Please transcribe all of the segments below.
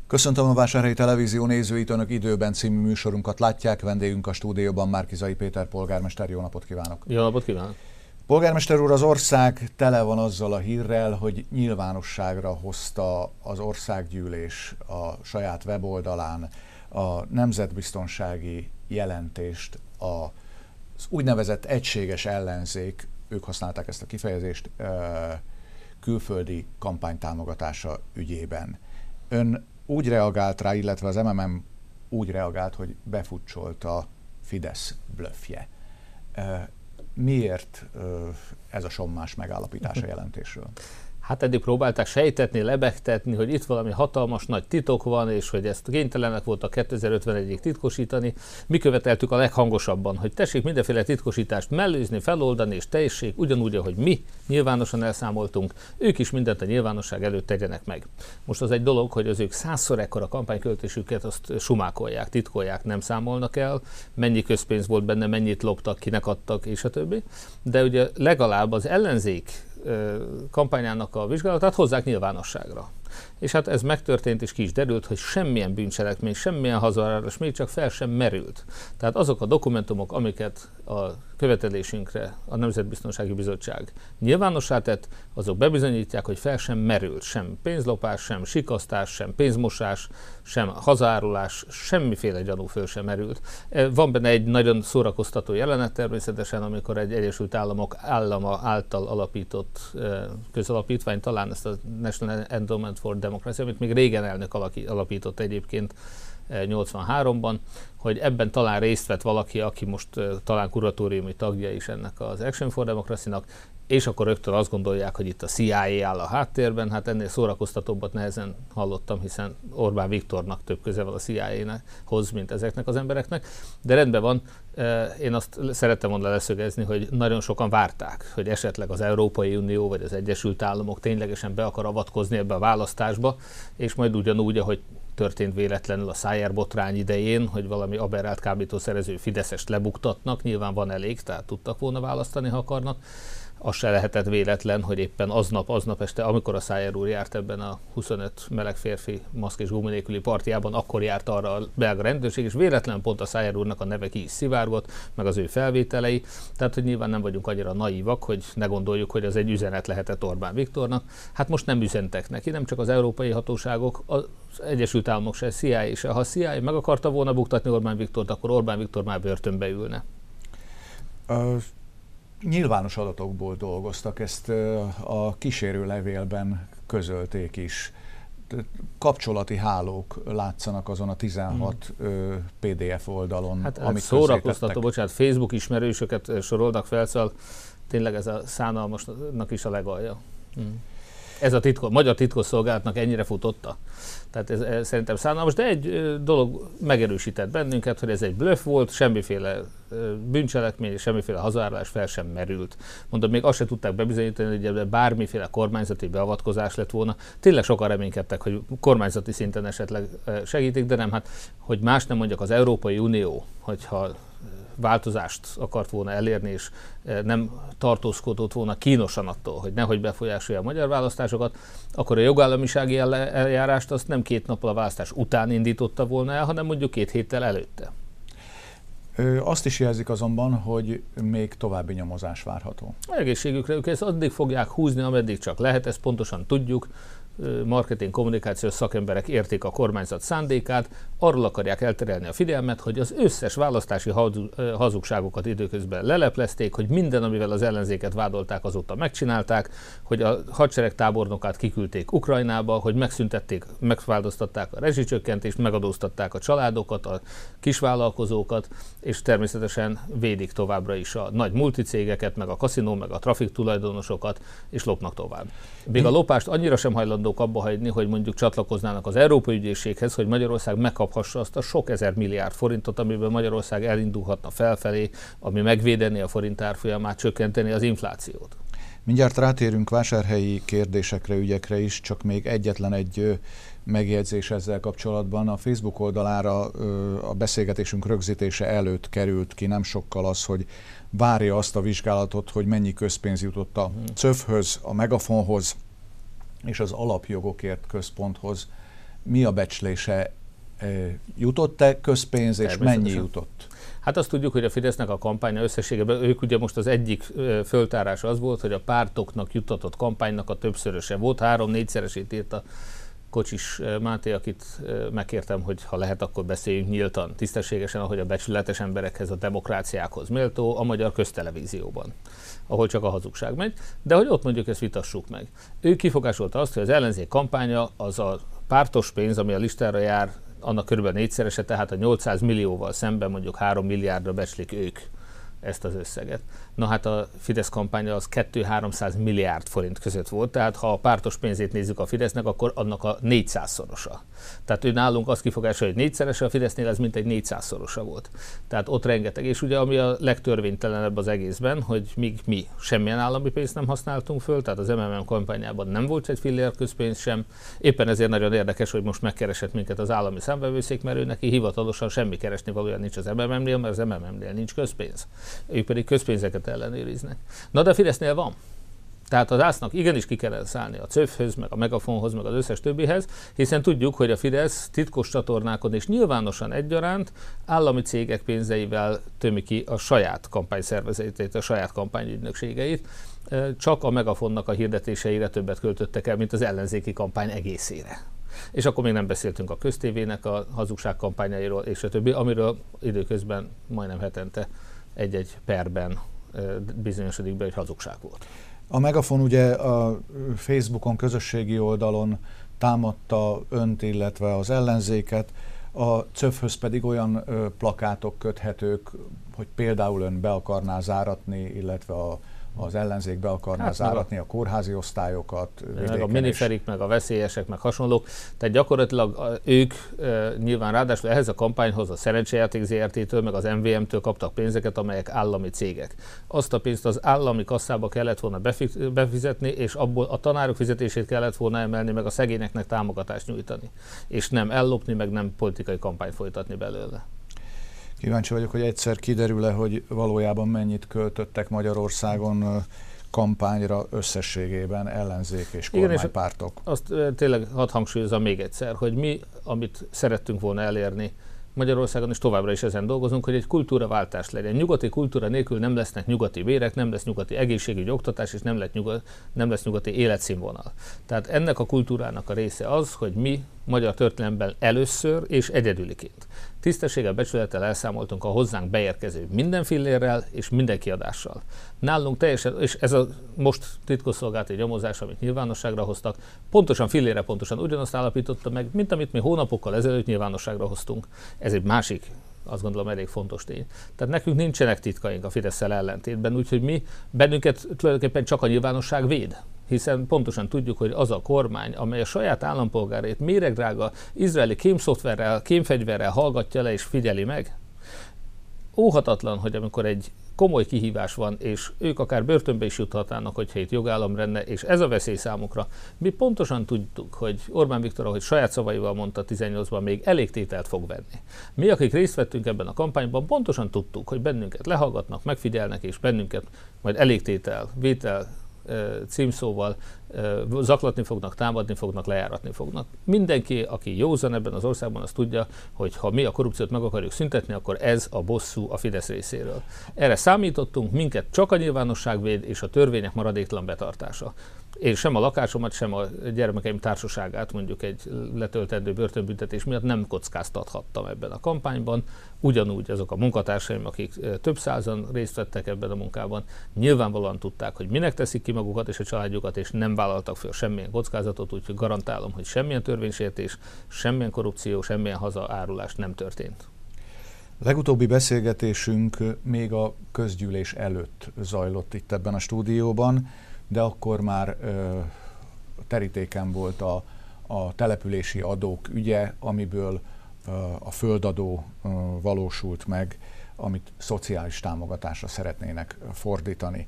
Köszöntöm a Vásárhelyi Televízió nézőit, Önök időben című műsorunkat látják. Vendégünk a stúdióban Márki-Zay Péter polgármester. Jó napot kívánok! Jó napot kívánok! Polgármester úr, az ország tele van azzal a hírrel, hogy nyilvánosságra hozta az országgyűlés a saját weboldalán a nemzetbiztonsági jelentést, az úgynevezett egységes ellenzék, ők használták ezt a kifejezést, külföldi kampánytámogatása ügyében. Ön úgy reagált rá, illetve az MMM úgy reagált, hogy befutcsolt a Fidesz blöffje. Miért ez a sommás megállapítása jelentésről? Hát eddig próbálták sejtetni, lebegtetni, hogy itt valami hatalmas nagy titok van, és hogy ezt kénytelenek voltak 2051-ig titkosítani. Mi követeltük a leghangosabban, hogy tessék mindenféle titkosítást mellőzni, feloldani, és tessék ugyanúgy, ahogy mi nyilvánosan elszámoltunk, ők is mindent a nyilvánosság előtt tegyenek meg. Most az egy dolog, hogy az ők 100-szor ekkora kampányköltésüket azt sumákolják, titkolják, nem számolnak el, mennyi közpénz volt benne, mennyit loptak, kinek adtak, és a többi. De ugye legalább az ellenzék kampányának a vizsgálatát hozzák nyilvánosságra. És hát ez megtörtént, és ki is derült, hogy semmilyen bűncselekmény, semmilyen hazárás még csak fel sem merült. Tehát azok a dokumentumok, amiket a követelésünkre a Nemzetbiztonsági Bizottság nyilvánossá tett, azok bebizonyítják, hogy fel sem merült sem pénzlopás, sem sikasztás, sem pénzmosás, sem hazárulás, semmiféle gyanú föl sem merült. Van benne egy nagyon szórakoztató jelenet természetesen, amikor egy Egyesült Államok állama által alapított közalapítvány, talán ezt a National Endowment for Democracy, amit még Reagan elnök alapított egyébként 83-ban, hogy ebben talán részt vett valaki, aki most talán kuratóriumi tagja is ennek az Action for Democracy-nak, és akkor rögtön azt gondolják, hogy itt a CIA áll a háttérben. Hát ennél szórakoztatóbbat nehezen hallottam, hiszen Orbán Viktornak több köze van a CIA-hoz, mint ezeknek az embereknek. De rendben van, én azt szerettem volna leszögezni, hogy nagyon sokan várták, hogy esetleg az Európai Unió vagy az Egyesült Államok ténylegesen be akar avatkozni ebbe a választásba, és majd ugyanúgy, ahogy történt véletlenül a Szájer botrány idején, hogy valami aberrált kábítószerező fideszest lebuktatnak, nyilván van elég, tehát tudtak volna választani, ha akarnak. Az se lehetett véletlen, hogy éppen aznap este, amikor a Szájer úr járt ebben a 25 meleg férfi maszk és gumi nélküli partjában, akkor járt arra a belga rendőrség, és véletlen pont a Szájer úrnak a neve ki is szivárgott, meg az ő felvételei. Tehát, hogy nyilván nem vagyunk annyira naívak, hogy ne gondoljuk, hogy az egy üzenet lehetett Orbán Viktornak. Hát most nem üzentek neki, nem csak az európai hatóságok, az Egyesült Államok se, CIA se. Ha a CIA meg akarta volna buktatni Orbán Viktort, akkor Orbán Viktor már börtönbe ülne. Nyilvános adatokból dolgoztak, ezt a kísérő levélben közölték is. Kapcsolati hálók látszanak azon a 16 PDF oldalon, hát amit szórakoztató, bocsánat, Facebook ismerősöket sorolnak fel, szóval tényleg ez a szánalmasnak is a legalja. Ez a magyar titkosszolgálatnak ennyire futotta. Tehát ez szerintem szánalmas, de egy dolog megerősített bennünket, hogy ez egy blöff volt, semmiféle bűncselekmény, semmiféle hazárlás fel sem merült. Mondom, még azt se tudták bebizonyítani, hogy bármiféle kormányzati beavatkozás lett volna. Tényleg sokan reménykedtek, hogy kormányzati szinten esetleg segítik, de nem, hát hogy más nem mondjak, az Európai Unió, hogyha változást akart volna elérni, és nem tartózkodott volna kínosan attól, hogy nehogy befolyásolja a magyar választásokat, akkor a jogállamisági eljárást azt nem 2 nappal a választás után indította volna el, hanem mondjuk 2 héttel előtte. Azt is jelzik azonban, hogy még további nyomozás várható. Egészségükre ők ezt addig fogják húzni, ameddig csak lehet, ezt pontosan tudjuk. Marketing, kommunikációs szakemberek értik a kormányzat szándékát, arról akarják elterelni a figyelmet, hogy az összes választási hazugságokat időközben leleplezték, hogy minden, amivel az ellenzéket vádolták, azóta megcsinálták, hogy a hadsereg tábornokát kiküldték Ukrajnába, hogy megváltoztatták a rezsicsökkentést, megadóztatták a családokat, a kisvállalkozókat, és természetesen védik továbbra is a nagy multicégeket, meg a kaszinó, meg a trafik tulajdonosokat, és lopnak tovább. Még a lopást annyira sem hajlandók abba hagyni, hogy mondjuk csatlakoznának az Európai Ügyészséghez, hogy Magyarország megkaphassa azt a sok ezer milliárd forintot, amiben Magyarország elindulhatna felfelé, ami megvédené a forint árfolyamát, csökkenteni az inflációt. Mindjárt rátérünk vásárhelyi kérdésekre, ügyekre is, csak még egyetlen egy megjegyzés ezzel kapcsolatban. A Facebook oldalára a beszélgetésünk rögzítése előtt került ki nem sokkal az, hogy várja azt a vizsgálatot, hogy mennyi közpénz jutott a CÖV-höz, a Megafonhoz és az Alapjogokért Központhoz. mi a becslése? Jutott-e közpénz, és mennyi jutott? Hát azt tudjuk, hogy a Fidesznek a kampánya összességében, ők ugye most az egyik föltárás az volt, hogy a pártoknak juttatott kampánynak a többszöröse volt, 3-4-szeresét írta Kocsis Máté, akit megkértem, hogy ha lehet, akkor beszéljünk nyíltan, tisztességesen, ahogy a becsületes emberekhez, a demokráciákhoz méltó, a magyar köztelevízióban, ahol csak a hazugság megy, de hogy ott mondjuk ezt vitassuk meg. Ő kifogásolta azt, hogy az ellenzék kampánya az a pártos pénz, ami a listára jár, annak körülbelül 4-szerese, tehát a 800 millióval szemben mondjuk 3 milliárdra becslik ők ezt az összeget. Na hát a Fidesz kampánya az 200-300 milliárd forint között volt, tehát ha a pártos pénzét nézzük a Fidesznek, akkor annak a 400-szorosa. Tehát ő nálunk azt kifogásolja, hogy 4-szerese, a Fidesznél ez mintegy 400-szorosa volt. Tehát ott rengeteg, és ugye ami a legtörvénytelenebb az egészben, hogy míg mi semmilyen állami pénzt nem használtunk föl, tehát az MMM kampányában nem volt egy fillér közpénz sem. Éppen ezért nagyon érdekes, hogy most megkeresett minket az állami számvevőszék, mert ő neki hivatalosan semmi keresni valója nincs az MMM-nél, mert az MMM-nél nincs közpénz. Ők pedig közpénzeket ellenőriznek. Na de a Fidesznél van. Tehát az ÁSZ-nak igenis ki kell szállni a CÖV-höz, meg a Megafonhoz, meg az összes többihez, hiszen tudjuk, hogy a Fidesz titkos csatornákon és nyilvánosan egyaránt állami cégek pénzeivel tömi ki a saját kampányszervezetét, a saját kampányügynökségeit. Csak a Megafonnak a hirdetéseire többet költöttek el, mint az ellenzéki kampány egészére. És akkor még nem beszéltünk a köztévének a hazugság kampányairól és a többi, amiről időközben majdnem hetente egy-egy perben bizonyosodik be, hogy hazugság volt. A Megafon ugye a Facebookon, közösségi oldalon támadta önt, illetve az ellenzéket, a CÖV-höz pedig olyan plakátok köthetők, hogy például ön be akarná záratni, illetve az ellenzék be akarná záratni a kórházi osztályokat. Meg a miniferik, meg a veszélyesek, meg hasonlók. Tehát gyakorlatilag ők nyilván ráadásul ehhez a kampányhoz a Szerencsejáték Zrt-től, meg az MVM-től kaptak pénzeket, amelyek állami cégek. Azt a pénzt az állami kasszába kellett volna befizetni, és abból a tanárok fizetését kellett volna emelni, meg a szegényeknek támogatást nyújtani. És nem ellopni, meg nem politikai kampányt folytatni belőle. Kíváncsi vagyok, hogy egyszer kiderül-e, hogy valójában mennyit költöttek Magyarországon kampányra összességében ellenzék és kormánypártok. Igen, és azt tényleg hadd hangsúlyozom még egyszer, hogy mi, amit szerettünk volna elérni Magyarországon, és továbbra is ezen dolgozunk, hogy egy kultúraváltás legyen. Nyugati kultúra nélkül nem lesznek nyugati bérek, nem lesz nyugati egészségügyi oktatás, és nem lesz nyugati életszínvonal. Tehát ennek a kultúrának a része az, hogy mi magyar történelemben először és egyedüliként tisztességgel, becsülettel elszámoltunk a hozzánk beérkező minden fillérrel és minden kiadással. Nálunk teljesen, és ez a most titkosszolgálati nyomozás, amit nyilvánosságra hoztak, pontosan fillére pontosan ugyanazt állapította meg, mint amit mi hónapokkal ezelőtt nyilvánosságra hoztunk. Ez egy másik, azt gondolom, elég fontos tény. Tehát nekünk nincsenek titkaink a Fidesz-szel ellentétben, úgyhogy bennünket tulajdonképpen csak a nyilvánosság véd. Hiszen pontosan tudjuk, hogy az a kormány, amely a saját állampolgárait méregdrága izraeli kémszoftverrel, kémfegyverrel hallgatja le és figyeli meg, óhatatlan, hogy amikor egy komoly kihívás van, és ők akár börtönbe is juthatnának, hogyha itt jogállam lenne, és ez a veszély számukra. Mi pontosan tudtuk, hogy Orbán Viktor, ahogy saját szavaival mondta 18-ban, még elég tételt fog venni. Mi, akik részt vettünk ebben a kampányban, pontosan tudtuk, hogy bennünket lehallgatnak, megfigyelnek, és bennünket majd elég tétel, vétel címszóval zaklatni fognak, támadni fognak, lejáratni fognak. Mindenki, aki józan ebben az országban, az tudja, hogy ha mi a korrupciót meg akarjuk szüntetni, akkor ez a bosszú a Fidesz részéről. Erre számítottunk, minket csak a nyilvánosság véd és a törvények maradéktalan betartása. Én sem a lakásomat, sem a gyermekeim társaságát mondjuk egy letöltendő börtönbüntetés miatt nem kockáztathattam ebben a kampányban. Ugyanúgy azok a munkatársaim, akik több százan részt vettek ebben a munkában, nyilvánvalóan tudták, hogy minek teszik ki magukat és a családjukat, és nem vállaltak fel semmilyen kockázatot, úgyhogy garantálom, hogy semmilyen törvénysértés, semmilyen korrupció, semmilyen hazaárulás nem történt. Legutóbbi beszélgetésünk még a közgyűlés előtt zajlott itt ebben a stúdióban, de akkor már terítéken volt a települési adók ügye, amiből a földadó valósult meg, amit szociális támogatásra szeretnének fordítani.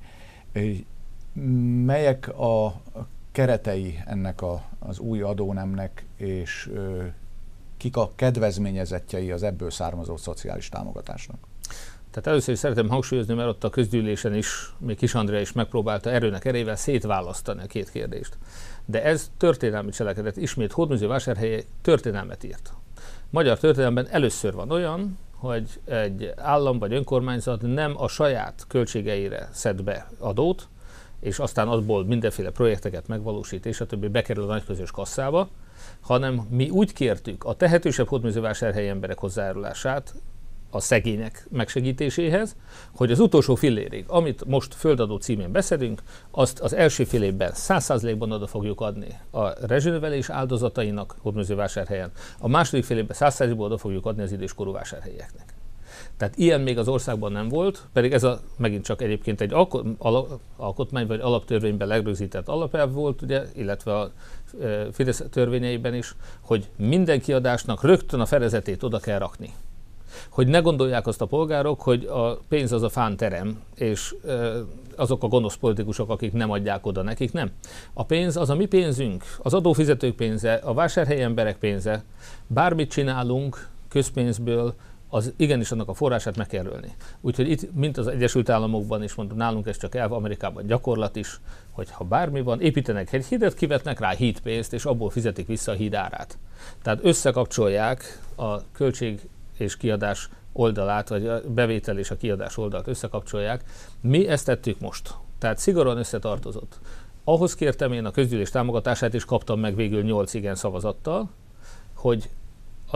Melyek a keretei ennek az új adónemnek, és kik a kedvezményezettjei az ebből származó szociális támogatásnak? Tehát először is szeretem hangsúlyozni, mert ott a közgyűlésen is, még Kis Andrea is megpróbálta erőnek erével szétválasztani a két kérdést. De ez történelmi cselekedet, ismét Hódmezővásárhely történelmet írt. Magyar történelemben először van olyan, hogy egy állam vagy önkormányzat nem a saját költségeire szed be adót, és aztán azból mindenféle projekteket megvalósít, és a többi bekerül a nagyközös kasszába, hanem mi úgy kértük a tehetősebb Hódmezővásárhelyi emberek hozzájárulását a szegények megsegítéséhez, hogy az utolsó fillérig, amit most földadó címén beszedünk, azt az első fél évben 100%-ban oda fogjuk adni a rezsinövelés áldozatainak Hódmezővásárhelyen, a második fél évben 100%-ban oda fogjuk adni az időskorú vásárhelyieknek. Tehát ilyen még az országban nem volt, pedig ez megint csak egyébként egy alkotmány vagy alaptörvényben legrögzített alapelv volt, ugye, illetve a Fidesz törvényeiben is, hogy minden kiadásnak rögtön a fedezetét oda kell rakni. Hogy ne gondolják azt a polgárok, hogy a pénz az a fán terem, és azok a gonosz politikusok, akik nem adják oda nekik, nem. A pénz az a mi pénzünk, az adófizetők pénze, a vásárhelyi emberek pénze, bármit csinálunk közpénzből, az igenis annak a forrását meg kell ölni. Úgyhogy itt, mint az Egyesült Államokban is, mondom, nálunk ez csak elv, Amerikában gyakorlat is, hogy ha bármi van, építenek egy hidat, kivetnek rá hídpénzt, és abból fizetik vissza a híd árát. Tehát összekapcsolják a költség és kiadás oldalát, vagy a bevétel és a kiadás oldalt összekapcsolják. Mi ezt tettük most. Tehát szigorúan összetartozott. Ahhoz kértem én a közgyűlés támogatását, és kaptam meg végül 8 igen szavazattal, hogy a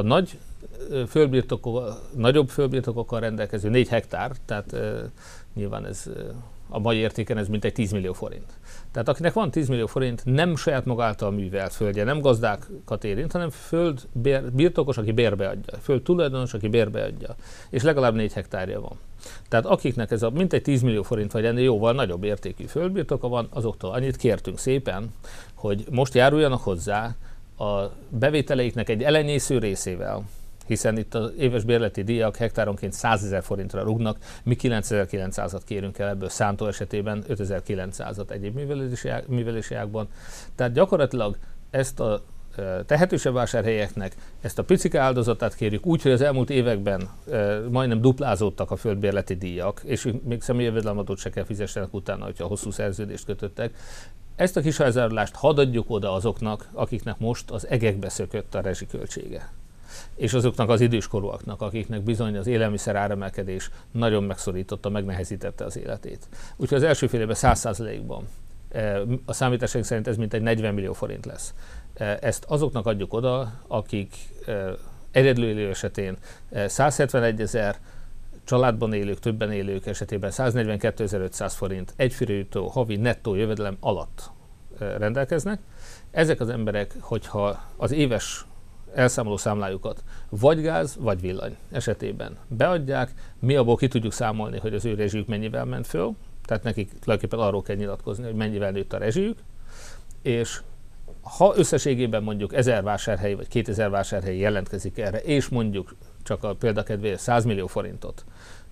nagyobb földbirtokokkal rendelkező 4 hektár, tehát nyilván ez a mai értéken ez mintegy 10 millió forint. Tehát akinek van 10 millió forint, nem saját maga által művelt földje, nem gazdákat érint, hanem birtokos, aki bérbe adja, föld tulajdonos, aki bérbe adja, és legalább 4 hektárja van. Tehát akiknek ez a mintegy 10 millió forint vagy ennél jóval nagyobb értékű földbirtoka van, azoktól annyit kértünk szépen, hogy most járuljanak hozzá a bevételeiknek egy elenyésző részével, hiszen itt az éves bérleti díjak hektáronként 100 000 forintra rúgnak, mi 9900-at kérünk el ebből Szántó esetében, 5900-at egyéb művelési ágban. Tehát gyakorlatilag ezt a tehetősebb vásárhelyeknek ezt a picike áldozatát kérjük úgy, hogy az elmúlt években majdnem duplázódtak a földbérleti díjak, és még személyjövedelemadót se kell fizessenek utána, hogyha hosszú szerződést kötöttek. Ezt a kis hozzájárulást hadd adjuk oda azoknak, akiknek most az egekbe szökött a rezsiköltsége. És azoknak az időskorúaknak, akiknek bizony az élelmiszer áremelkedés nagyon megszorította, megnehezítette az életét. Úgyhogy az első fél évben 100%-ban, a számításaink szerint ez mintegy 40 millió forint lesz. Ezt azoknak adjuk oda, akik egyedül élő esetén 171 000, családban élők, többen élők esetében 142 500 forint egyfőre jutó havi nettó jövedelem alatt rendelkeznek. Ezek az emberek, hogyha az éves elszámoló számlájukat vagy gáz, vagy villany esetében beadják, mi abból ki tudjuk számolni, hogy az ő rezsijük mennyivel ment föl, tehát nekik tulajdonképpen arról kell nyilatkozni, hogy mennyivel nőtt a rezsijük, és ha összességében mondjuk 1000 vásárhely vagy 2000 vásárhely jelentkezik erre, és mondjuk csak a példakedvéért 100 millió forintot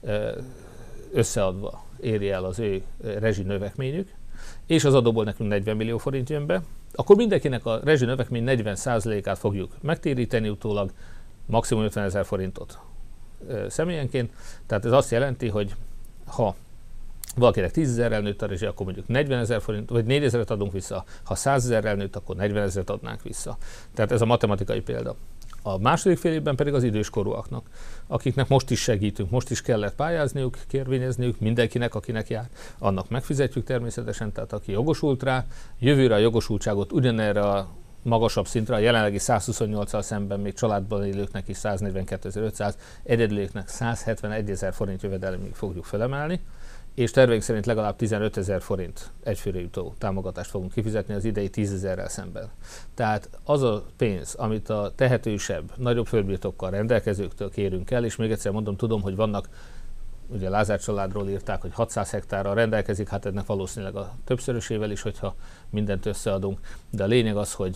összeadva éri el az ő rezsi növekményük, és az adóból nekünk 40 millió forint jön be, akkor mindenkinek a rezsi növekmény 40%-át fogjuk megtéríteni utólag, maximum 50 000 forintot személyenként. Tehát ez azt jelenti, hogy ha valakinek 10 000-rel nőtt a rezsi, akkor mondjuk 40 000 forint, vagy 4 000-et adunk vissza, ha 100 000-rel nőtt, akkor 40 000-et adnánk vissza. Tehát ez a matematikai példa. A második fél évben pedig az időskorúaknak, akiknek most is segítünk, most is kellett pályázniuk, kérvényezniük, mindenkinek, akinek jár, annak megfizetjük természetesen, tehát aki jogosult rá, jövőre a jogosultságot ugyanerre a magasabb szintre, a jelenlegi 128-al szemben még családban élőknek is 142 500, egyedüléknek 171 000 forint jövedelemig fogjuk felemelni, és terveink szerint legalább 15 000 forint egyfőre jutó támogatást fogunk kifizetni az idei 10 000-rel szemben. Tehát az a pénz, amit a tehetősebb, nagyobb földbirtokkal rendelkezőktől kérünk el, és még egyszer mondom, tudom, hogy vannak, ugye Lázár családról írták, hogy 600 hektárral rendelkezik, hát ennek valószínűleg a többszörösével is, hogyha mindent összeadunk, de a lényeg az, hogy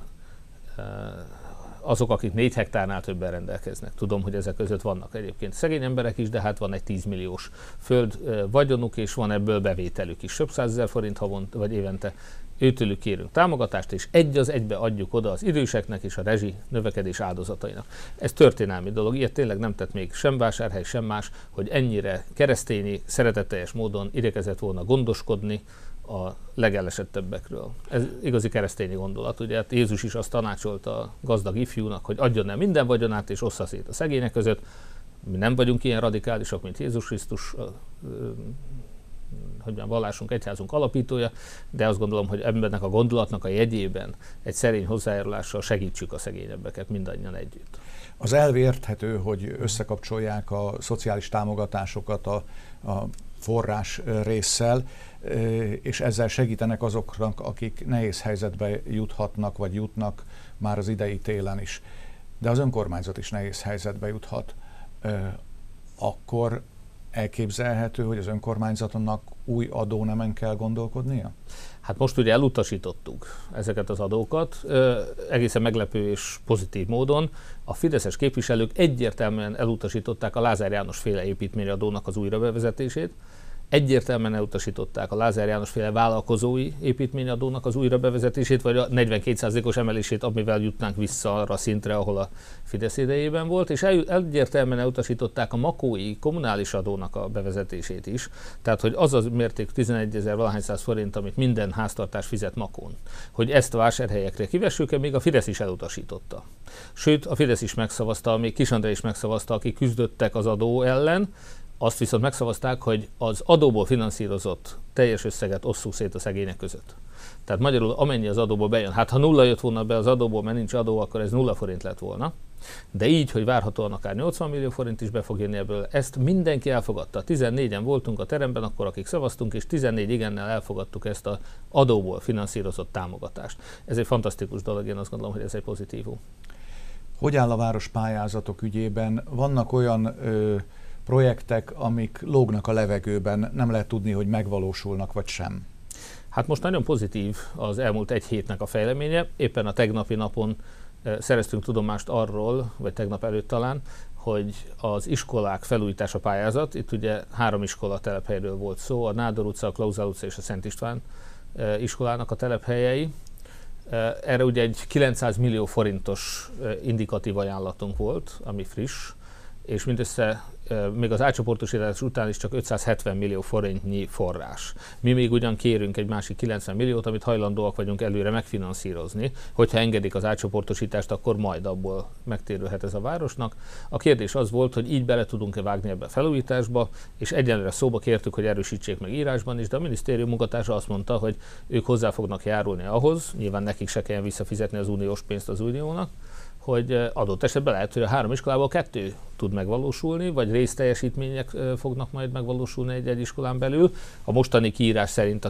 azok, akik 4 hektárnál többen rendelkeznek. Tudom, hogy ezek között vannak egyébként szegény emberek is, de hát van egy 10 milliós föld vagyonuk, és van ebből bevételük is. Több 100 000 forint havonta, vagy évente, Őtőlük kérünk támogatást, és egy az egybe adjuk oda az időseknek és a rezsi növekedés áldozatainak. Ez történelmi dolog, ilyet tényleg nem tett még sem Vásárhely, sem más, hogy ennyire keresztényi, szeretetteljes módon igyekezett volna gondoskodni a legelesettebbekről. Ez igazi keresztényi gondolat. Ugye hát Jézus is azt tanácsolta a gazdag ifjúnak, hogy adjon el minden vagyonát és ossza szét a szegények között. Mi nem vagyunk ilyen radikálisak, mint Jézus Krisztus, hogy a vallásunk, egyházunk alapítója, de azt gondolom, hogy ennek a gondolatnak a jegyében egy szerény hozzájárulással segítsük a szegényebbeket mindannyian együtt. Az elv érthető, hogy összekapcsolják a szociális támogatásokat a forrás résszel, és ezzel segítenek azoknak, akik nehéz helyzetbe juthatnak, vagy jutnak már az idei télen is. De az önkormányzat is nehéz helyzetbe juthat. Akkor elképzelhető, hogy az önkormányzatnak új adónemen kell gondolkodnia? Hát most ugye elutasítottuk ezeket az adókat, egészen meglepő és pozitív módon. A fideszes képviselők egyértelműen elutasították a Lázár János féle építményadónak az újrabevezetését, egyértelműen elutasították a Lázár János féle vállalkozói építményadónak az újrabevezetését, vagy a 42%-os emelését, amivel jutnánk vissza arra a szintre, ahol a Fidesz idejében volt, és egyértelműen elutasították a makói kommunális adónak a bevezetését is, tehát hogy az az mérték 11.000 forint, amit minden háztartás fizet Makón, hogy ezt a vásárhelyekre kivessük, még a Fidesz is elutasította. Sőt, a Fidesz is megszavazta, még Kis André is megszavazta, akik küzdöttek az adó ellen, azt viszont megszavazták, hogy az adóból finanszírozott teljes összeget osszuk szét a szegények között. Tehát magyarul amennyi az adóból bejön, hát ha nulla jött volna be az adóból, mert nincs adó, akkor ez 0 forint lett volna. De így, hogy várhatóan akár 80 millió forint is be fog jönni ebből, ezt mindenki elfogadta. 14-en voltunk a teremben, akkor akik szavaztunk, és 14 igennel elfogadtuk ezt az adóból finanszírozott támogatást. Ez egy fantasztikus dolog, én azt gondolom, hogy ez egy pozitívum. Hogy áll a város pályázatok ügyében? Vannak olyan projektek, amik lógnak a levegőben, nem lehet tudni, hogy megvalósulnak vagy sem? Hát most nagyon pozitív az elmúlt egy hétnek a fejleménye. Éppen a tegnapi napon szereztünk tudomást arról, vagy tegnap előtt talán, hogy az iskolák felújítása pályázat, itt ugye 3 iskola telephelyről volt szó, a Nádor utca, a Klauzál utca és a Szent István iskolának a telephelyei. Erre ugye egy 900 millió forintos indikatív ajánlatunk volt, ami friss, és mindössze még az átcsoportosítás után is csak 570 millió forintnyi forrás. Mi még ugyan kérünk egy másik 90 milliót, amit hajlandóak vagyunk előre megfinanszírozni. Hogyha engedik az átcsoportosítást, akkor majd abból megtérülhet ez a városnak. A kérdés az volt, hogy így bele tudunk-e vágni ebbe a felújításba, és egyenlőre szóba kértük, hogy erősítsék meg írásban is, de a minisztérium munkatársa azt mondta, hogy ők hozzá fognak járulni ahhoz, nyilván nekik se kelljen visszafizetni az uniós pénzt az uniónak, hogy adott esetben lehet, hogy a 3 iskolából 2 tud megvalósulni, vagy részteljesítmények fognak majd megvalósulni egy iskolán belül. A mostani kiírás szerint a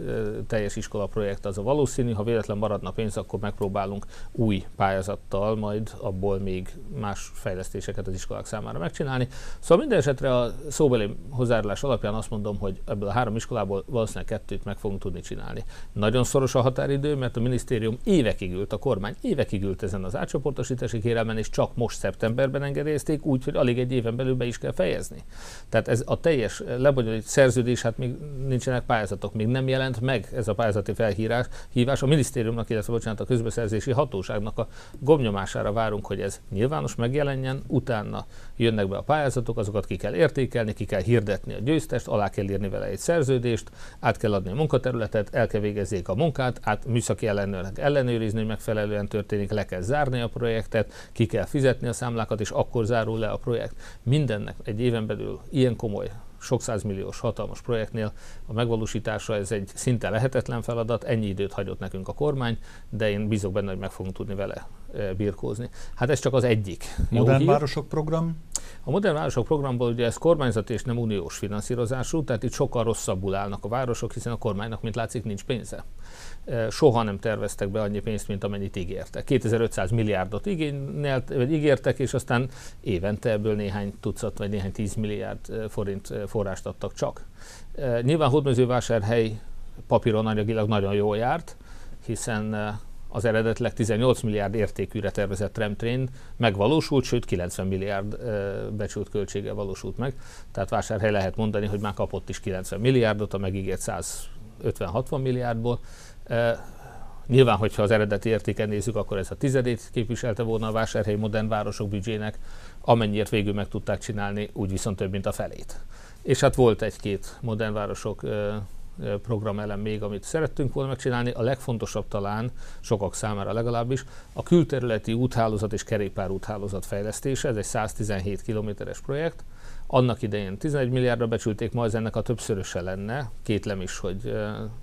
2 teljes iskola projekt az a valószínű, ha véletlen maradna pénz, akkor megpróbálunk új pályázattal majd abból még más fejlesztéseket az iskolák számára megcsinálni. Szóval minden esetre a szóbeli hozzájárulás alapján azt mondom, hogy ebből a 3 iskolából valószínűleg 2-t meg fogunk tudni csinálni. Nagyon szoros a határidő, mert a minisztérium évekig ült, a kormány évekig ült ezen az átcsoportosítási kérelmen, és csak most szeptemberben engedélyezték, úgyhogy alig egy éven belül be is kell fejezni. Tehát ez a teljes lebonyolít szerződés, hát még nincsenek pályázatok, még nem jelent meg ez a pályázati felhívás. A minisztériumnak, illetve a közbeszerzési hatóságnak a gomnyomására várunk, hogy ez nyilvános megjelenjen, utána jönnek be a pályázatok, azokat ki kell értékelni, ki kell hirdetni a győztest, alá kell írni vele egy szerződést, át kell adni a munkaterületet, el kell végezzék a munkát, műszaki ellenőrnek ellenőrizni, hogy megfelelően történik, le kell zárni a projektet, ki kell fizetni a számlákat, és akkor zárul le a projekt. Mindennek egy éven belül ilyen komoly, sok százmilliós hatalmas projektnél a megvalósítása ez egy szinte lehetetlen feladat, ennyi időt hagyott nekünk a kormány, de én bízok benne, hogy meg fogunk tudni vele birkózni. Hát ez csak az egyik. Modern Városok program? A Modern Városok programból ugye ez kormányzati és nem uniós finanszírozású, tehát itt sokkal rosszabbul állnak a városok, hiszen a kormánynak, mint látszik, nincs pénze. Soha nem terveztek be annyi pénzt, mint amennyit ígértek. 2500 milliárdot ígértek, és aztán évente ebből néhány tucat vagy néhány 10 milliárd forint forrást adtak csak. Nyilván Hódmezővásárhely papíron anyagilag nagyon jól járt, hiszen az eredetileg 18 milliárd értékűre tervezett tramtrain megvalósult, sőt 90 milliárd becsült költséggel valósult meg. Tehát Vásárhely lehet mondani, hogy már kapott is 90 milliárdot, a megígért 50-60 milliárdból. Nyilván, hogyha az eredeti értéken nézzük, akkor ez a tizedét képviselte volna a vásárhelyi modern városok büdzsének, amennyiért végül meg tudták csinálni, úgy viszont több, mint a felét. És hát volt egy-két modern városok programelem még, amit szerettünk volna megcsinálni. A legfontosabb talán, sokak számára legalábbis, a külterületi úthálózat és kerékpárúthálózat fejlesztése. Ez egy 117 kilométeres projekt. Annak idején 11 milliárdra becsülték, ma ez ennek a többszöröse lenne. Kétlem is, hogy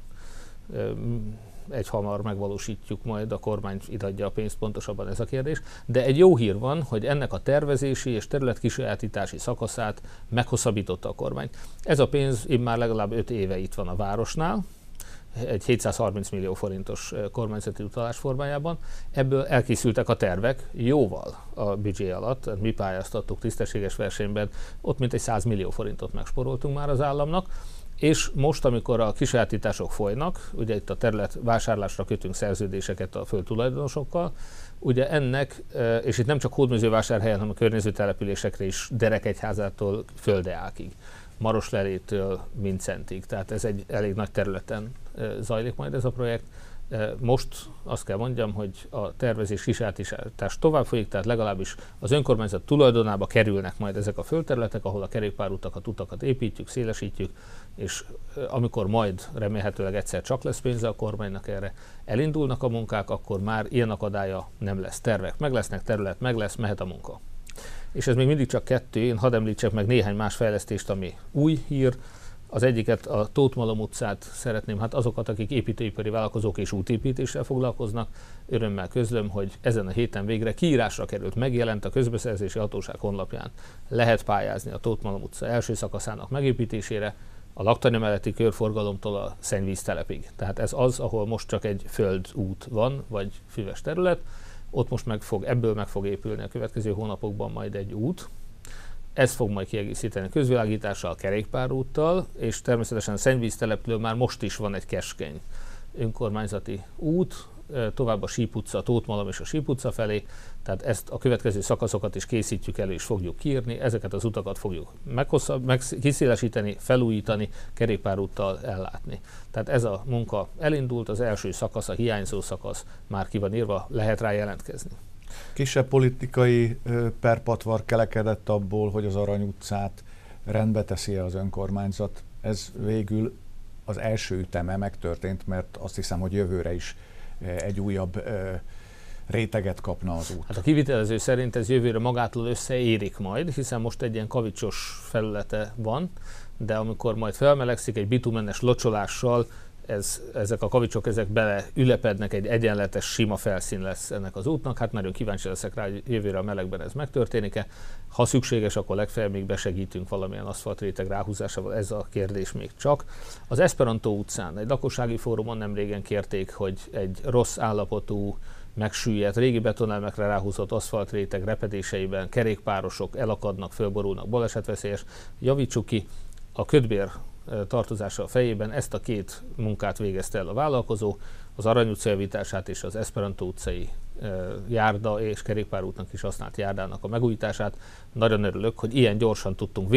egyhamar megvalósítjuk majd, a kormány idadja a pénzt, pontosabban ez a kérdés. De egy jó hír van, hogy ennek a tervezési és területkisajátítási szakaszát meghosszabbította a kormány. Ez a pénz immár legalább 5 éve itt van a városnál, egy 730 millió forintos kormányzati utalás formájában. Ebből elkészültek a tervek jóval a büdzsé alatt, mi pályáztattuk tisztességes versenyben, ott mintegy 100 millió forintot megsporoltunk már az államnak. És most, amikor a kisajátítások folynak, ugye itt a terület vásárlásra kötünk szerződéseket a földtulajdonosokkal, ugye ennek, és itt nem csak Hódmezővásárhelyen, hanem a környező településekre is Derekegyházától Földeákig, Maroslerétől Mincentig, tehát ez egy elég nagy területen zajlik majd ez a projekt. Most azt kell mondjam, hogy a tervezés kisajátítás tovább folyik, tehát legalábbis az önkormányzat tulajdonába kerülnek majd ezek a földterületek, ahol a kerékpárutakat, utakat építjük, szélesítjük, és amikor majd remélhetőleg egyszer csak lesz pénze a kormánynak erre, elindulnak a munkák, akkor már ilyen akadálya nem lesz. Tervek meg lesznek, terület meg lesz, mehet a munka. És ez még mindig csak 2, én hadd említsek meg néhány más fejlesztést, ami új hír. Az egyiket, a Tóth Malom utcát szeretném, hát azokat, akik építőipari vállalkozók és útépítéssel foglalkoznak, örömmel közlöm, hogy ezen a héten végre kiírásra került, megjelent a közbeszerzési hatóság honlapján. Lehet pályázni a Tóth Malom utca első szakaszának megépítésére, a laktanya melletti körforgalomtól a szennyvíztelepig. Tehát ez az, ahol most csak egy földút van, vagy füves terület, ott most ebből meg fog épülni a következő hónapokban majd egy út. Ez fog majd kiegészíteni a közvilágítással, a kerékpárúttal, és természetesen a szennyvíztelepről már most is van egy keskeny önkormányzati út, tovább a Síp utca, a Tóth Malom és a Síp utca felé, tehát ezt a következő szakaszokat is készítjük elő és fogjuk kiírni, ezeket az utakat fogjuk kiszélesíteni, felújítani, kerékpárúttal ellátni. Tehát ez a munka elindult, az első szakasz, a hiányzó szakasz már ki van írva, lehet rá jelentkezni. Kisebb politikai perpatvar kelekedett abból, hogy az Arany utcát rendbe teszi az önkormányzat. Ez végül az első üteme megtörtént, mert azt hiszem, hogy jövőre is egy újabb réteget kapna az út. Hát a kivitelező szerint ez jövőre magától összeérik majd, hiszen most egy ilyen kavicsos felülete van, de amikor majd felmelegszik egy bitumenes locsolással, ezek a kavicsok beleülepednek, egy egyenletes, sima felszín lesz ennek az útnak. Hát nagyon kíváncsi leszek rá, hogy jövőre a melegben ez megtörténik-e. Ha szükséges, akkor legfeljebb még besegítünk valamilyen aszfaltréteg ráhúzásával, ez a kérdés még csak. Az Esperanto utcán egy lakossági fórumon nemrégen kérték, hogy egy rossz állapotú, megsüllyedt, régi betonelemekre ráhúzott aszfaltréteg repedéseiben kerékpárosok elakadnak, fölborulnak, balesetveszélyes. Javítsuk ki, a kötbér tartozása a fejében ezt a 2 munkát végezte el a vállalkozó, az Arany utca javítását és az Esperanto utcai járda és kerékpárútnak is használt járdának a megújítását. Nagyon örülök, hogy ilyen gyorsan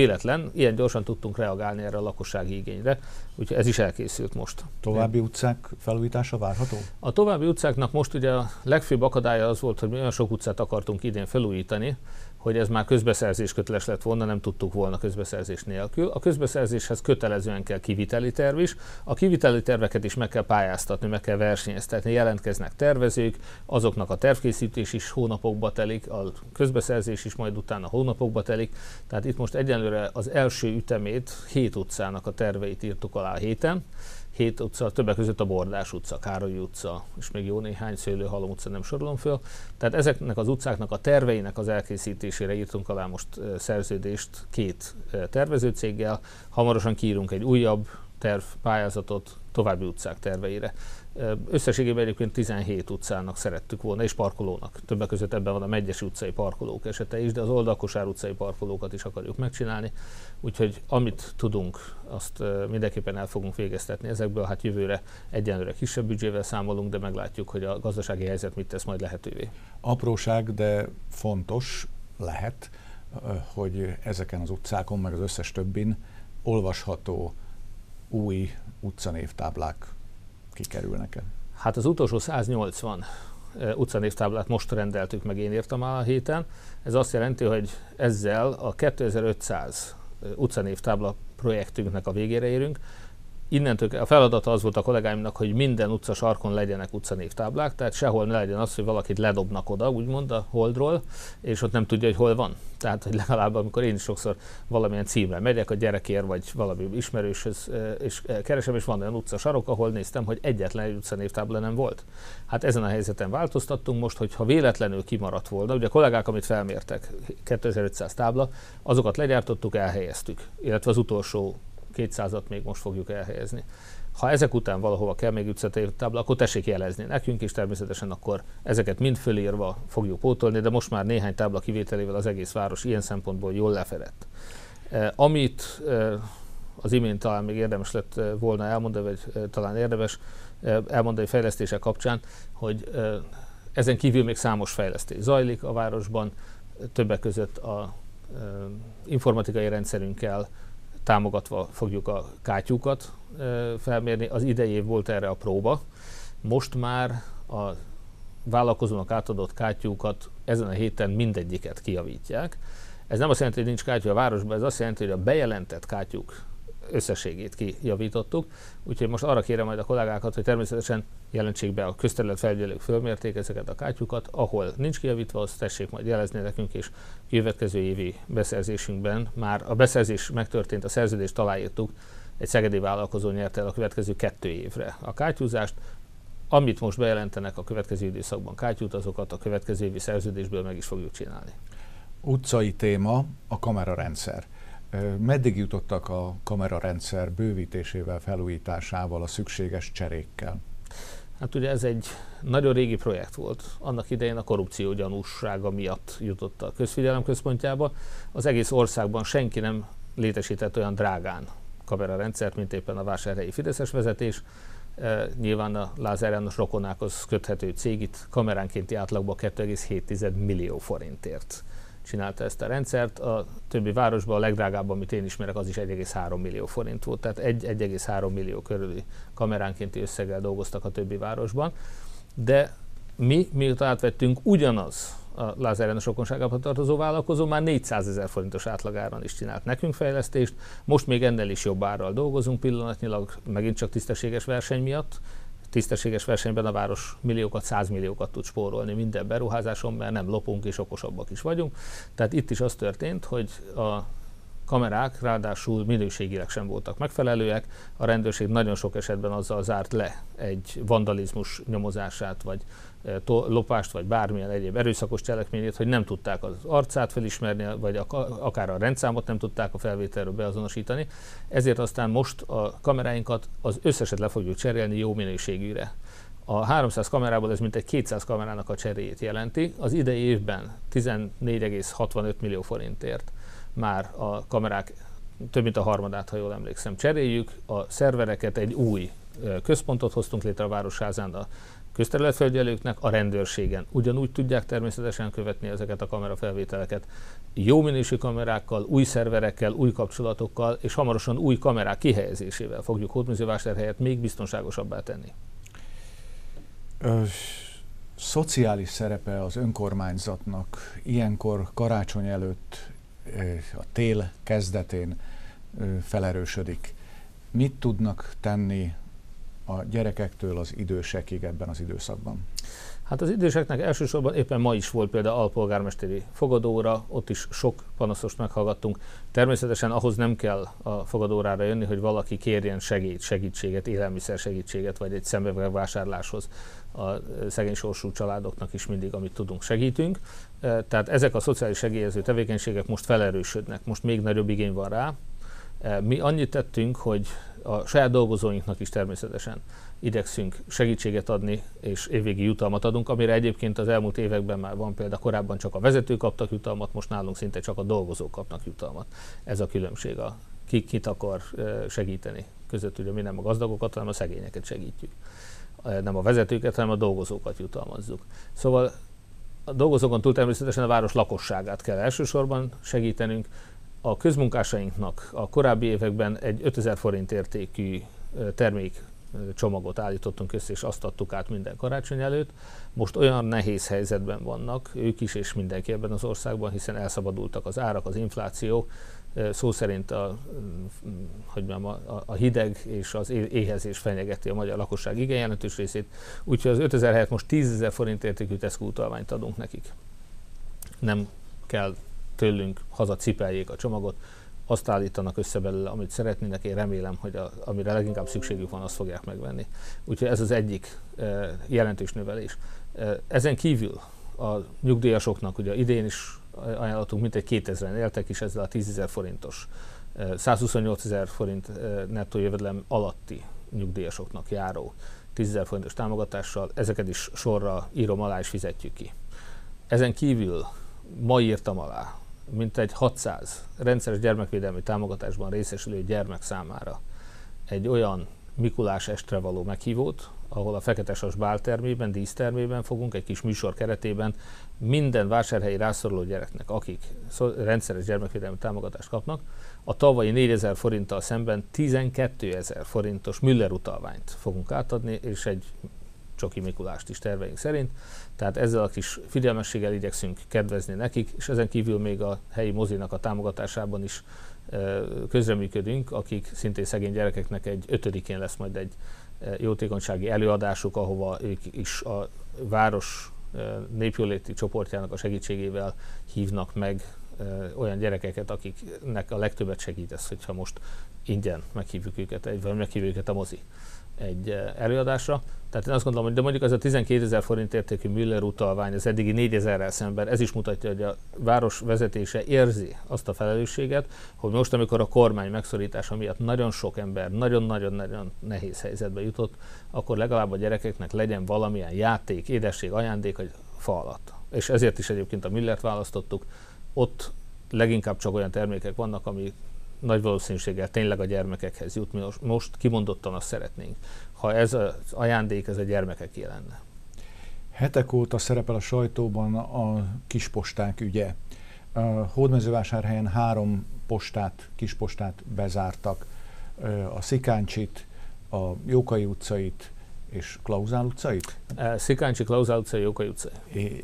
tudtunk reagálni erre a lakossági igényre, úgyhogy ez is elkészült most. További utcák felújítása várható? A további utcáknak most ugye a legfőbb akadálya az volt, hogy mi olyan sok utcát akartunk idén felújítani, hogy ez már közbeszerzés köteles lett volna, nem tudtuk volna közbeszerzés nélkül. A közbeszerzéshez kötelezően kell kiviteli terv is. A kiviteli terveket is meg kell pályáztatni, meg kell versenyeztetni, jelentkeznek tervezők, azoknak a tervkészítés is hónapokba telik, a közbeszerzés is majd utána hónapokba telik. Tehát itt most egyenlőre az első ütemét 7 utcának a terveit írtuk alá a héten. 7 utca, többek között a Bordás utca, Károly utca, és még jó néhány, Szőlőhalom utca, nem sorolom föl. Tehát ezeknek az utcáknak a terveinek az elkészítésére írtunk alá most szerződést 2 tervezőcéggel. Hamarosan kiírunk egy újabb pályázatot további utcák terveire. Összességében egyébként 17 utcának szerettük volna, és parkolónak. Többek között ebben van a Megyesi utcai parkolók esete is, de az Oldalkosár utcai parkolókat is akarjuk megcsinálni. Úgyhogy amit tudunk, azt mindenképpen el fogunk végeztetni ezekből. Hát jövőre egyenlőre kisebb büdzsével számolunk, de meglátjuk, hogy a gazdasági helyzet mit tesz majd lehetővé. Apróság, de fontos lehet, hogy ezeken az utcákon, meg az összes többin olvasható új utcanévtáblák kikerülnek-e? Hát az utolsó 180 utcanévtáblát most rendeltük meg, én írtam a héten. Ez azt jelenti, hogy ezzel a 2500 utcanévtábla projektünknek a végére érünk. Innentől a feladata az volt a kollégáimnak, hogy minden utca sarkon legyenek utcanévtáblák, tehát sehol ne legyen az, hogy valakit ledobnak oda, úgymond a holdról, és ott nem tudja, hogy hol van. Tehát, hogy legalább amikor én is sokszor valamilyen címre megyek a gyerekért, vagy valami ismerőshöz, és keresem, és van olyan utcasarok, ahol néztem, hogy egyetlen egy utcanévtábla nem volt. Hát ezen a helyzeten változtattunk most, hogy ha véletlenül kimaradt volna, ugye a kollégák, amit felmértek, 2500 tábla, azokat legyártottuk, elhelyeztük, illetve az utolsó 200-at még most fogjuk elhelyezni. Ha ezek után valahova kell még utcanévtábla, akkor tessék jelezni nekünk, és természetesen akkor ezeket mind fölírva fogjuk pótolni, de most már néhány tábla kivételével az egész város ilyen szempontból jól lefedett. Amit az imént talán még érdemes lett volna elmondani, vagy talán érdemes elmondani fejlesztések kapcsán, hogy ezen kívül még számos fejlesztés zajlik a városban, többek között a informatikai rendszerünkkel támogatva fogjuk a kátyúkat felmérni. Az idei év volt erre a próba. Most már a vállalkozónak átadott kátyúkat ezen a héten mindegyiket kijavítják. Ez nem azt jelenti, hogy nincs kátyú a városban, ez azt jelenti, hogy a bejelentett kátyúk összességét kijavítottuk. Úgyhogy most arra kérem majd a kollégákat, hogy természetesen jelentsék be, a közterületfelügyelők fölmérték ezeket a kátyúkat, ahol nincs kijavítva, azt tessék majd jelezni nekünk, és következő évi beszerzésünkben már a beszerzés megtörtént, a szerződést aláírtuk, egy szegedi vállalkozó nyerte el a következő 2 évre a kátyúzást. Amit most bejelentenek a következő időszakban kátyút, azokat a következő évi szerződésből meg is fogjuk csinálni. Utcai téma a kamerarendszer. Meddig jutottak a kamerarendszer bővítésével, felújításával, a szükséges cserékkel? Hát ugye ez egy nagyon régi projekt volt. Annak idején a korrupció gyanússága miatt jutott a közfigyelem központjába. Az egész országban senki nem létesített olyan drágán kamerarendszert, mint éppen a vásárhelyi fideszes vezetés. Nyilván a Lázár János rokonákhoz köthető cég itt kameránkénti átlagban 2,7 millió forintért csinálta ezt a rendszert. A többi városban a legdrágább, amit én ismerek, az is 1,3 millió forint volt. Tehát 1,3 millió körüli kameránkénti összeggel dolgoztak a többi városban. De mi, miután átvettünk, ugyanaz a Lázár János rokonságába tartozó vállalkozó már 400 000 forintos átlagáron is csinált nekünk fejlesztést. Most még ennél is jobb árral dolgozunk pillanatnyilag, megint csak tisztességes verseny miatt. Tisztességes versenyben a város milliókat, 100 milliókat tud spórolni minden beruházáson, mert nem lopunk és okosabbak is vagyunk. Tehát itt is az történt, hogy a kamerák ráadásul minőségileg sem voltak megfelelőek. A rendőrség nagyon sok esetben azzal zárt le egy vandalizmus nyomozását, vagy lopást, vagy bármilyen egyéb erőszakos cselekményét, hogy nem tudták az arcát felismerni, vagy akár a rendszámot nem tudták a felvételről beazonosítani. Ezért aztán most a kameráinkat az összeset le fogjuk cserélni jó minőségűre. A 300 kamerából ez mintegy 200 kamerának a cseréjét jelenti. Az idei évben 14,65 millió forintért már a kamerák több mint a harmadát, ha jól emlékszem, cseréljük. A szervereket, egy új központot hoztunk létre a Városházán a közterületfelügyelőknek, a rendőrségen. Ugyanúgy tudják természetesen követni ezeket a kamerafelvételeket. Jó minőségű kamerákkal, új szerverekkel, új kapcsolatokkal, és hamarosan új kamerák kihelyezésével fogjuk Hódmezővásárhelyet még biztonságosabbá tenni. Szociális szerepe az önkormányzatnak ilyenkor karácsony előtt, a tél kezdetén felerősödik. Mit tudnak tenni a gyerekektől az idősekig ebben az időszakban? Hát az időseknek elsősorban éppen ma is volt például alpolgármesteri fogadóra, ott is sok panaszost meghallgattunk. Természetesen ahhoz nem kell a fogadórára jönni, hogy valaki kérjen segítséget, élelmiszer segítséget, vagy egy szemüvegvásárláshoz. A szegény sorsú családoknak is mindig, amit tudunk, segítünk. Tehát ezek a szociális segélyező tevékenységek most felerősödnek, most még nagyobb igény van rá. Mi annyit tettünk, hogy a saját dolgozóinknak is természetesen igyekszünk segítséget adni, és évvégi jutalmat adunk, amire egyébként az elmúlt években már van példa, korábban csak a vezetők kaptak jutalmat, most nálunk szinte csak a dolgozók kapnak jutalmat. Ez a különbség, kit akar segíteni között, ugye mi nem a gazdagokat, hanem a szegényeket segítjük. Nem a vezetőket, hanem a dolgozókat jutalmazzuk. Szóval a dolgozókon túl természetesen a város lakosságát kell elsősorban segítenünk. a közmunkásainknak a korábbi években egy 5000 forint értékű termékcsomagot állítottunk össze, és azt adtuk át minden karácsony előtt. Most olyan nehéz helyzetben vannak, ők is és mindenki ebben az országban, hiszen elszabadultak az árak, az infláció, szó szerint a hideg és az éhezés fenyegeti a magyar lakosság igen jelentős részét, úgyhogy az 5000 helyett most 10 000 forint értékű Tesco utalványt adunk nekik. Nem kell tőlünk hazacipeljék a csomagot, azt állítanak össze belőle, amit szeretnének, én remélem, hogy amire leginkább szükségük van, azt fogják megvenni. Úgyhogy ez az egyik jelentős növelés. Ezen kívül a nyugdíjasoknak ugye idén is ajánlatunk, mintegy 2000-en éltek is ezzel a 10 000 forintos, 128 000 forint nettó jövedelem alatti nyugdíjasoknak járó 10 000 forintos támogatással, ezeket is sorra írom alá és fizetjük ki. Ezen kívül ma írtam alá mintegy 600 rendszeres gyermekvédelmi támogatásban részesülő gyermek számára egy olyan Mikulás estre való meghívót, ahol a Feketesas báltermében, dísztermében fogunk egy kis műsor keretében minden vásárhelyi rászoruló gyereknek, akik rendszeres gyermekvédelmi támogatást kapnak, a tavalyi 4000 forinttal szemben 12 000 forintos Müller utalványt fogunk átadni, és egy csoki Mikulást is terveink szerint. Tehát ezzel a kis figyelmességgel igyekszünk kedvezni nekik, és ezen kívül még a helyi mozinak a támogatásában is közreműködünk, akik szintén szegény gyerekeknek egy 5-én lesz majd egy jótékonysági előadásuk, ahova ők is a város népjóléti csoportjának a segítségével hívnak meg olyan gyerekeket, akiknek a legtöbbet segít ez, hogyha most ingyen meghívjuk őket, vagy meghívjuk őket a mozi egy előadásra. Tehát én azt gondolom, hogy de mondjuk az a 12 000 forint értékű Müller utalvány az eddigi 4000-rel szemben, ez is mutatja, hogy a város vezetése érzi azt a felelősséget, hogy most, amikor a kormány megszorítása miatt nagyon sok ember nagyon-nagyon nehéz helyzetbe jutott, akkor legalább a gyerekeknek legyen valamilyen játék, édesség, ajándék a fa alatt. És ezért is egyébként a Müllert választottuk. Ott leginkább csak olyan termékek vannak, ami nagy valószínűséggel tényleg a gyermekekhez jut. Mi most kimondottan azt szeretnénk, ha ez az ajándék, ez a gyermekeké lenne. Hetek óta szerepel a sajtóban a kisposták ügye. Hódmezővásárhelyen 3 kispostát bezártak, a Szikáncsit, a Jókai utcait és Klauzál utcait? Szikáncsi, Klauzál utcai, Jókai utcai.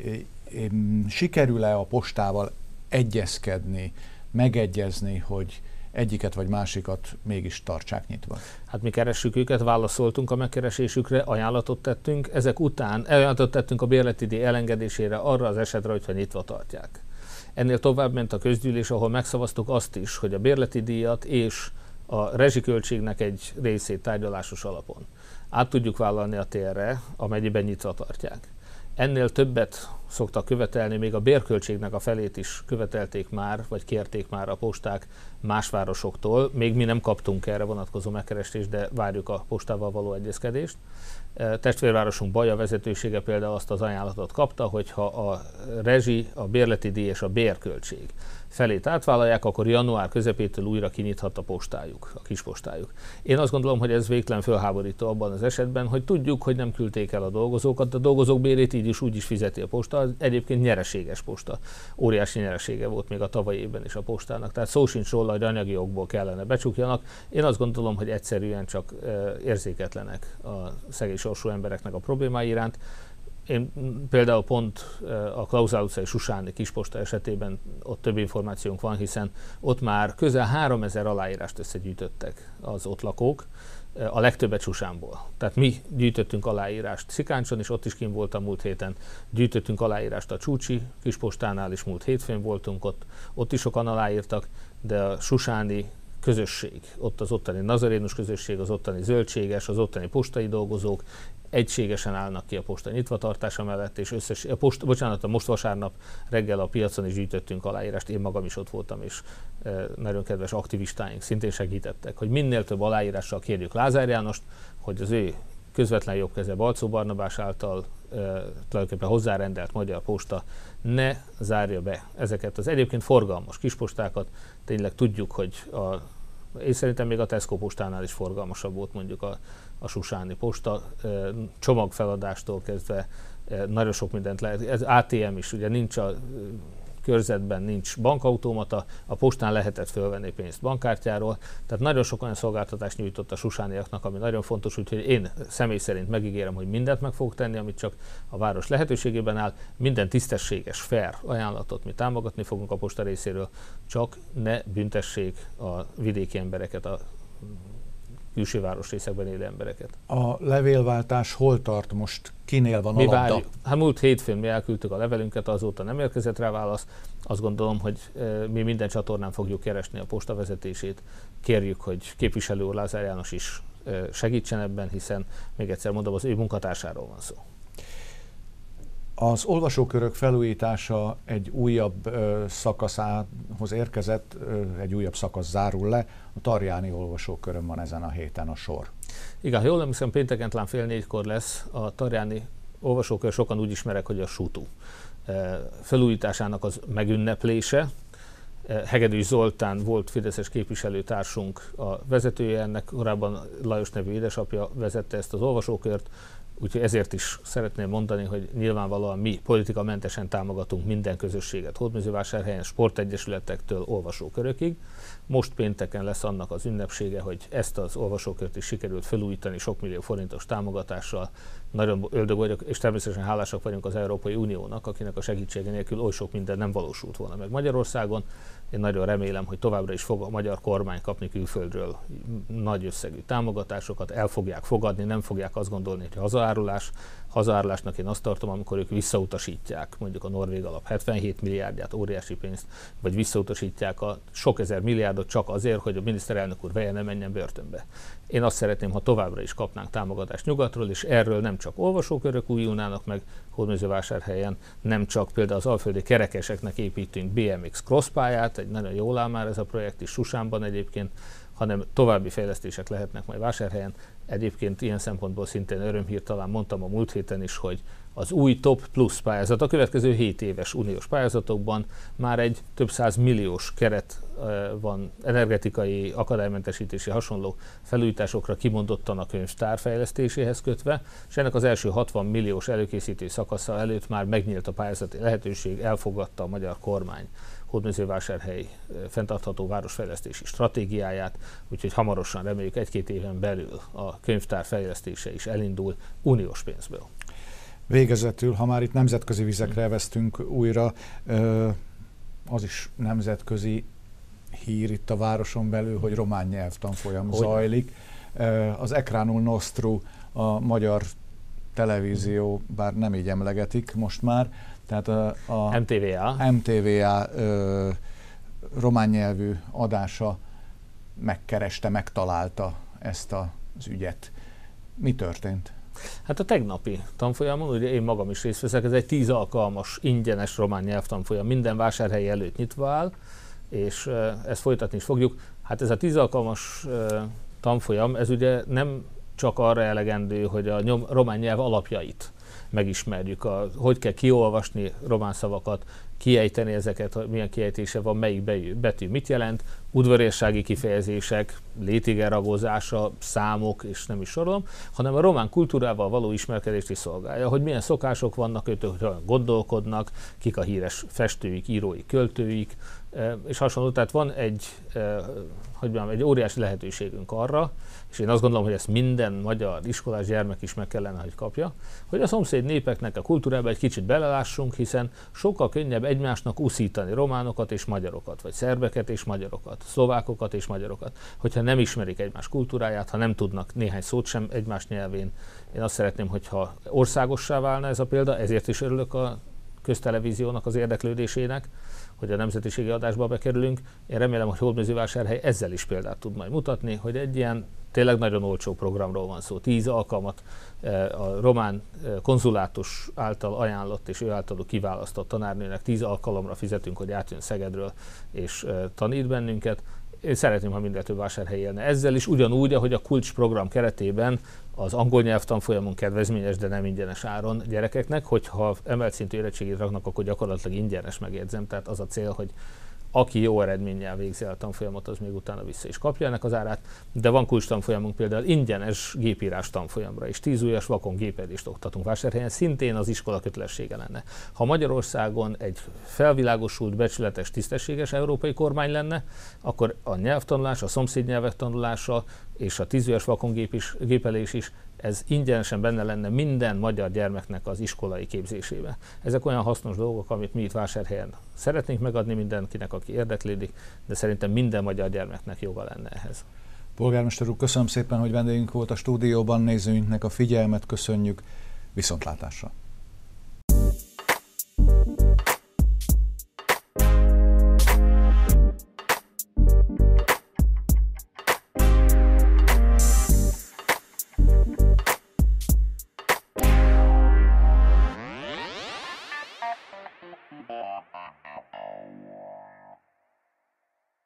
Sikerül-e a postával egyezkedni, megegyezni, hogy egyiket vagy másikat mégis tartsák nyitva? Hát mi keressük őket, válaszoltunk a megkeresésükre, ajánlatot tettünk, ezek után ajánlatot tettünk a bérleti díj elengedésére arra az esetre, hogyha nyitva tartják. Ennél tovább ment a közgyűlés, ahol megszavaztuk azt is, hogy a bérleti díjat és a rezsiköltségnek egy részét tárgyalásos alapon át tudjuk vállalni a térre, amennyiben nyitva tartják. Ennél többet szoktak követelni, még a bérköltségnek a felét is követelték már, vagy kérték már a posták más városoktól. Még mi nem kaptunk erre vonatkozó megkeresést, de várjuk a postával való egyezkedést. Testvérvárosunk Baja vezetősége például azt az ajánlatot kapta, hogy ha a rezsi, a bérleti díj és a bérköltség felét átvállalják, akkor január közepétől újra kinyithat a postájuk, a kispostájuk. Én azt gondolom, hogy ez végtelen fölháborító abban az esetben, hogy tudjuk, hogy nem küldték el a dolgozókat, a dolgozók bérét így is úgy is fizeti a posta, egyébként nyereséges posta. Óriási nyeresége volt még a tavalyi évben is a postának, tehát szó sincs róla, hogy anyagi okból kellene becsukjanak. Én azt gondolom, hogy egyszerűen csak érzéketlenek a szegény sorsú embereknek a problémái iránt. Én például pont a Klauzál utcai Susáni kisposta esetében ott több információnk van, hiszen ott már közel 3000 aláírást összegyűjtöttek az ott lakók, a legtöbbet Susánból. Tehát mi gyűjtöttünk aláírást Szikáncson, és ott is kint voltam múlt héten, gyűjtöttünk aláírást a Csúcsi kispostánál is, múlt hétfőn voltunk ott is sokan aláírtak, de a susáni közösség, ott az ottani nazarénus közösség, az ottani zöldséges, az ottani postai dolgozók egységesen állnak ki a posta nyitvatartása mellett, és most vasárnap reggel a piacon is gyűjtöttünk aláírást, én magam is ott voltam, és nagyon kedves aktivistáink szintén segítettek, hogy minél több aláírással kérjük Lázár Jánost, hogy az ő közvetlen jobbkeze Balczó Barnabás által tulajdonképpen hozzárendelt Magyar Posta ne zárja be ezeket az egyébként forgalmas kispostákat. Tényleg tudjuk, hogy és szerintem még a Tesco postánál is forgalmasabb volt mondjuk a susáni posta, csomagfeladástól kezdve nagyon sok mindent lehet. Ez ATM is, ugye nincs a körzetben nincs bankautomata, a postán lehetett fölvenni pénzt bankkártyáról, tehát nagyon sok olyan szolgáltatást nyújtott a susániaknak, ami nagyon fontos, úgyhogy én személy szerint megígérem, hogy mindent meg fogok tenni, amit csak a város lehetőségében áll, minden tisztességes, fair ajánlatot mi támogatni fogunk a posta részéről, csak ne büntessék a vidéki embereket, a külső városrészekben élő embereket. A levélváltás hol tart most? Kinél van a labda? Várjuk. Hát múlt hétfőn mi elküldtük a levelünket, azóta nem érkezett rá válasz. Azt gondolom, hogy mi minden csatornán fogjuk keresni a posta vezetését. Kérjük, hogy képviselő úr Lázár János is segítsen ebben, hiszen még egyszer mondom, az ő munkatársáról van szó. Az olvasókörök felújítása egy újabb szakaszához érkezett, egy újabb szakasz zárul le. A Tarjáni olvasókörön van ezen a héten a sor. Igen, ha jól emlékszem, pénteken talán 3:30 lesz a Tarjáni olvasókör, sokan úgy ismerek, hogy a SUTU. Felújításának az megünneplése. Hegedűs Zoltán volt fideszes képviselőtársunk a vezetője, ennek korábban Lajos nevű édesapja vezette ezt az olvasókört, úgyhogy ezért is szeretném mondani, hogy nyilvánvalóan mi politikamentesen támogatunk minden közösséget Hódmezővásárhelyen, sportegyesületektől olvasókörökig. Most pénteken lesz annak az ünnepsége, hogy ezt az olvasókört is sikerült felújítani sok millió forintos támogatással. Nagyon öldög vagyok, és természetesen hálásak vagyunk az Európai Uniónak, akinek a segítsége nélkül oly sok minden nem valósult volna meg Magyarországon. Én nagyon remélem, hogy továbbra is fog a magyar kormány kapni külföldről nagy összegű támogatásokat, el fogják fogadni, nem fogják azt gondolni, hogy hazaárulás. Hazaárulásnak én azt tartom, amikor ők visszautasítják mondjuk a norvég alap 77 milliárdját, óriási pénzt, vagy visszautasítják a sok ezer milliárdot csak azért, hogy a miniszterelnök úr veje ne menjen börtönbe. Én azt szeretném, ha továbbra is kapnánk támogatást nyugatról, és erről nem csak olvasókörök újulnának meg Hódmezővásárhelyen, nem csak például az alföldi kerekeseknek építünk BMX crosspályát, egy nagyon jól áll már ez a projekt is Susánban egyébként, hanem további fejlesztések lehetnek majd Vásárhelyen. Egyébként ilyen szempontból szintén örömhír, talán mondtam a múlt héten is, hogy az új Top Plus pályázat, a következő 7 éves uniós pályázatokban már egy több 100 milliós keret van energetikai, akadálymentesítési hasonló felújításokra kimondottan a könyvtár fejlesztéséhez kötve, és ennek az első 60 milliós előkészítő szakasza előtt már megnyílt a pályázati lehetőség, elfogadta a magyar kormány Hódmezővásárhely fenntartható városfejlesztési stratégiáját, úgyhogy hamarosan reméljük 1-2 éven belül a könyvtár fejlesztése is elindul uniós pénzből. Végezetül, ha már itt nemzetközi vizekre vesztünk újra, az is nemzetközi hír itt a városon belül, hogy román nyelvtanfolyam zajlik. Az Ekranul Nostru, a magyar televízió, bár nem így emlegetik most már, tehát a MTVA román nyelvű adása megkereste, megtalálta ezt az ügyet. Mi történt? Hát a tegnapi tanfolyamon, ugye én magam is részt veszek, ez egy 10 alkalmas, ingyenes román nyelvtanfolyam, minden vásárhely előtt nyitva áll, és ezt folytatni is fogjuk. Hát ez a 10 alkalmas tanfolyam, ez ugye nem csak arra elegendő, hogy a román nyelv alapjait megismerjük, hogy kell kiolvasni román szavakat, kiejteni ezeket, hogy milyen kiejtése van, melyik betű mit jelent, udvariassági kifejezések, létigeragózása, számok, és nem is sorolom, hanem a román kultúrával való ismerkedést is szolgálja, hogy milyen szokások vannak őtől, hogy hogyan gondolkodnak, kik a híres festőik, íróik, költőik, és hasonló. Tehát van egy óriási lehetőségünk arra, és én azt gondolom, hogy ezt minden magyar iskolás gyermek is meg kellene, hogy kapja, hogy a szomszéd népeknek a kultúrába egy kicsit belelássunk, hiszen sokkal könnyebb egymásnak uszítani románokat és magyarokat, vagy szerbeket és magyarokat, szlovákokat és magyarokat, hogyha nem ismerik egymás kultúráját, ha nem tudnak néhány szót sem egymás nyelvén. Én azt szeretném, hogyha országossá válna ez a példa, ezért is örülök a köztelevíziónak az érdeklődésének, hogy a nemzetiségi adásba bekerülünk. Én remélem, hogy Hódmezővásárhely ezzel is példát tud majd mutatni, hogy egy ilyen tényleg nagyon olcsó programról van szó. 10 alkalmat a román konzulátus által ajánlott és ő általuk kiválasztott tanárnőnek 10 alkalomra fizetünk, hogy átjön Szegedről és tanít bennünket. Én szeretném, ha minden több vásárhely élne ezzel is, ugyanúgy, ahogy a Kulcs program keretében az angol nyelvtanfolyamon kedvezményes, de nem ingyenes áron gyerekeknek, hogyha emelt szintű érettségét raknak, akkor gyakorlatilag ingyenes, megjegyzem. Tehát az a cél, hogy aki jó eredménnyel végzi el a tanfolyamot, az még utána vissza is kapja ennek az árát, de van kulcs tanfolyamunk például ingyenes gépírás tanfolyamra, és 10 ujjas vakon gépedést oktatunk Vásárhelyen, szintén az iskola kötelessége lenne. Ha Magyarországon egy felvilágosult, becsületes, tisztességes európai kormány lenne, akkor a nyelvtanulás, a szomszédnyelvek tanulása és a 10 ujjas vakon gépelés is, ez ingyenesen benne lenne minden magyar gyermeknek az iskolai képzésébe. Ezek olyan hasznos dolgok, amit mi itt Vásárhelyen szeretnénk megadni mindenkinek, aki érdeklődik, de szerintem minden magyar gyermeknek joga lenne ehhez. Polgármester úr, köszönöm szépen, hogy vendégünk volt a stúdióban, nézőinknek a figyelmet köszönjük, viszontlátásra!